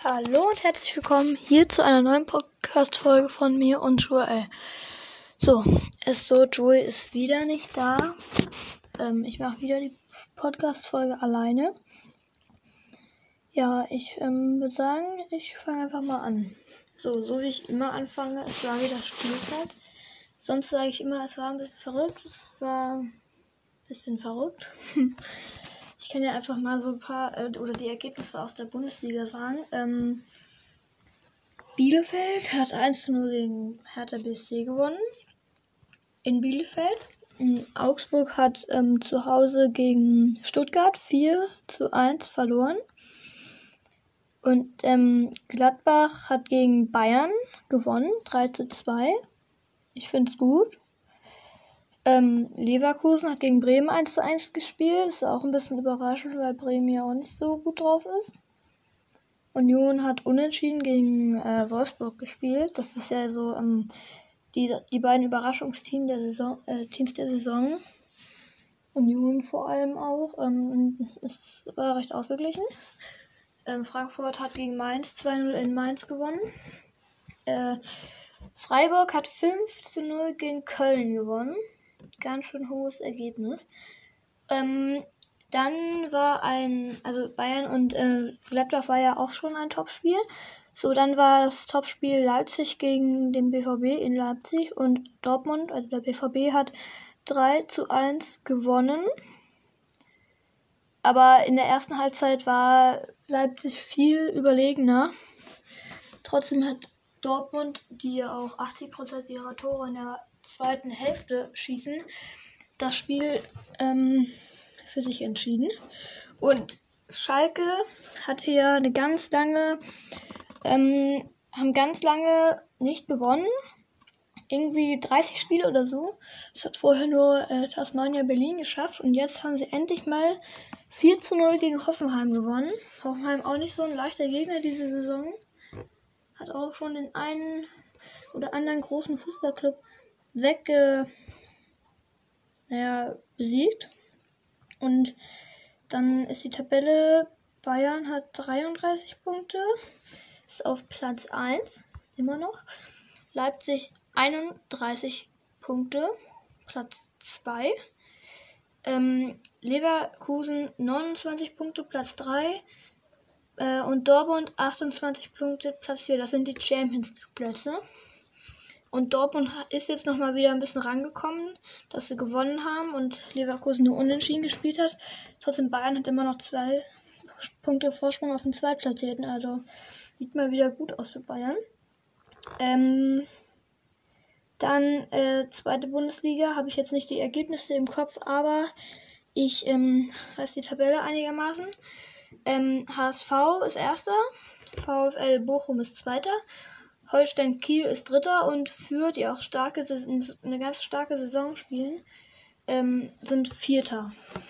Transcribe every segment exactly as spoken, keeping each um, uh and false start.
Hallo und herzlich willkommen hier zu einer neuen Podcast-Folge von mir und Joel. So, es ist so, Joel ist wieder nicht da. Ähm, ich mache wieder die Podcast-Folge alleine. Ja, ich ähm, würde sagen, ich fange einfach mal an. So, so wie ich immer anfange, es war wieder Spielzeit. Sonst sage ich immer, es war ein bisschen verrückt. Es war ein bisschen verrückt. Ich kann ja einfach mal so ein paar, äh, oder die Ergebnisse aus der Bundesliga sagen. Ähm, Bielefeld hat eins zu null gegen Hertha B S C gewonnen. In Bielefeld. Augsburg hat ähm, zu Hause gegen Stuttgart vier zu eins verloren. Und ähm, Gladbach hat gegen Bayern gewonnen, drei zu zwei. Ich finde es gut. Ähm, Leverkusen hat gegen Bremen eins zu eins gespielt. Ist auch ein bisschen überraschend, weil Bremen ja auch nicht so gut drauf ist. Union hat unentschieden gegen äh, Wolfsburg gespielt. Das ist ja so ähm, die, die beiden Überraschungsteams der Saison, äh, Teams der Saison. Union vor allem auch. Ähm, es war recht ausgeglichen. Ähm, Frankfurt hat gegen Mainz zwei null in Mainz gewonnen. Äh, Freiburg hat fünf zu null gegen Köln gewonnen. Ganz schön hohes Ergebnis. Ähm, Dann war ein, also Bayern und äh, Gladbach war ja auch schon ein Topspiel. So, dann war das Topspiel Leipzig gegen den B V B in Leipzig und Dortmund, also der B V B hat drei zu eins gewonnen. Aber in der ersten Halbzeit war Leipzig viel überlegener. Trotzdem hat Dortmund, die ja auch achtzig Prozent ihrer Tore in der zweiten Hälfte schießen, das Spiel ähm, für sich entschieden. Und Schalke hatte ja eine ganz lange, ähm, haben ganz lange nicht gewonnen. Irgendwie dreißig Spiele oder so. Das hat vorher nur äh, Tasmania Berlin geschafft. Und jetzt haben sie endlich mal vier zu null gegen Hoffenheim gewonnen. Hoffenheim auch nicht so ein leichter Gegner diese Saison. Hat auch schon den einen oder anderen großen Fußballclub wegge, naja, besiegt. Und dann ist die Tabelle, Bayern hat dreiunddreißig Punkte, ist auf Platz eins, immer noch. Leipzig einunddreißig Punkte, Platz zwei. Ähm, Leverkusen neunundzwanzig Punkte, Platz drei. Äh, und Dortmund achtundzwanzig Punkte, Platz vier. Das sind die Champions-Plätze. Und Dortmund ist jetzt nochmal wieder ein bisschen rangekommen, dass sie gewonnen haben und Leverkusen nur unentschieden gespielt hat. Trotzdem Bayern hat immer noch zwei Punkte Vorsprung auf den Zweitplatzierten. Also sieht mal wieder gut aus für Bayern. Ähm, dann äh, zweite Bundesliga, habe ich jetzt nicht die Ergebnisse im Kopf, aber ich ähm, weiß die Tabelle einigermaßen. Ähm, H S V ist erster, VfL Bochum ist zweiter. Holstein Kiel ist Dritter und Fürth, die auch starke, eine ganz starke Saison spielen, ähm, sind Vierter.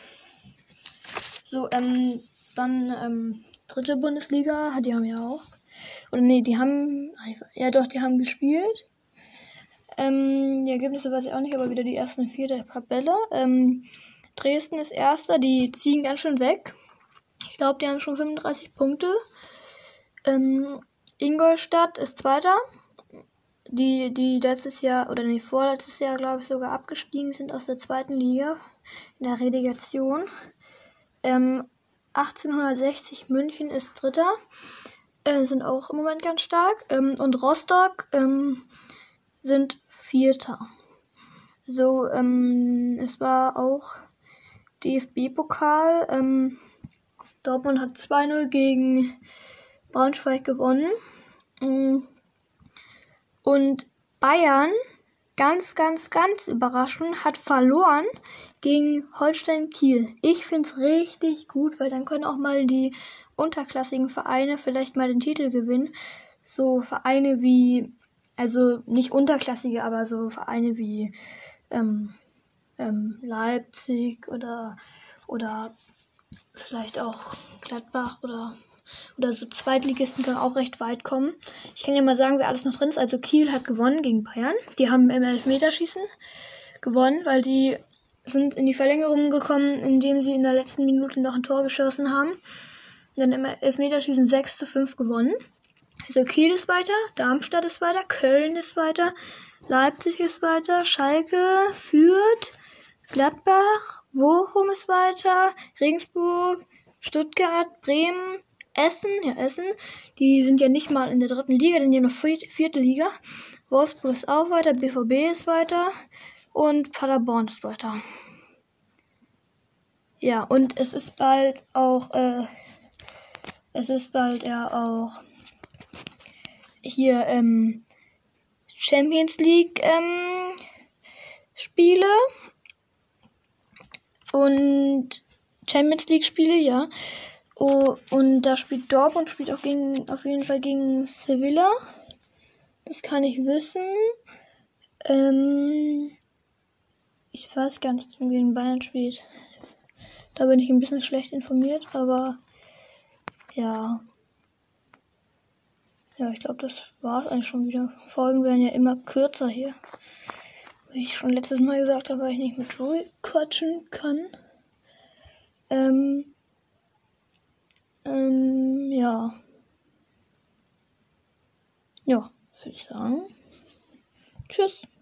So, ähm, dann ähm, dritte Bundesliga, die haben ja auch, oder nee, die haben, ja doch, die haben gespielt. Ähm, die Ergebnisse weiß ich auch nicht, aber wieder die ersten vier der Tabelle. Ähm, Dresden ist Erster, die ziehen ganz schön weg. Ich glaube, die haben schon fünfunddreißig Punkte. Ähm, Ingolstadt ist Zweiter. Die, die letztes Jahr, oder nee, vorletztes Jahr, glaube ich, sogar abgestiegen sind aus der zweiten Liga in der Relegation. Ähm, achtzehnhundertsechzig München ist Dritter. Äh, sind auch im Moment ganz stark. Ähm, und Rostock ähm, sind Vierter. So, ähm, es war auch D F B-Pokal. Ähm, Dortmund hat zwei null gegen Braunschweig gewonnen. Und Bayern, ganz, ganz, ganz überraschend, hat verloren gegen Holstein Kiel. Ich finde es richtig gut, weil dann können auch mal die unterklassigen Vereine vielleicht mal den Titel gewinnen. So Vereine wie, also nicht unterklassige, aber so Vereine wie ähm, ähm, Leipzig oder, oder vielleicht auch Gladbach oder oder so Zweitligisten können auch recht weit kommen. Ich kann ja mal sagen, wer alles noch drin ist. Also Kiel hat gewonnen gegen Bayern. Die haben im Elfmeterschießen gewonnen, weil die sind in die Verlängerung gekommen, indem sie in der letzten Minute noch ein Tor geschossen haben. Dann im Elfmeterschießen sechs zu fünf gewonnen. Also Kiel ist weiter, Darmstadt ist weiter, Köln ist weiter, Leipzig ist weiter, Schalke, Fürth, Gladbach, Bochum ist weiter, Regensburg, Stuttgart, Bremen, Essen, ja Essen, die sind ja nicht mal in der dritten Liga, die sind ja noch vierte Liga. Wolfsburg ist auch weiter, B V B ist weiter und Paderborn ist weiter. Ja, und es ist bald auch, äh, es ist bald ja auch hier ähm, Champions League ähm, Spiele und Champions League Spiele, ja. Oh, und da spielt Dortmund spielt auch gegen, auf jeden Fall gegen Sevilla. Das kann ich wissen. Ähm, ich weiß gar nicht, gegen wen Bayern spielt. Da bin ich ein bisschen schlecht informiert, aber ja. Ja, ich glaube, das war es eigentlich schon wieder. Folgen werden ja immer kürzer hier. Wie ich schon letztes Mal gesagt habe, weil ich nicht mit Joey quatschen kann. Ähm, ähm, ja. Ja, würde ich sagen. Tschüss.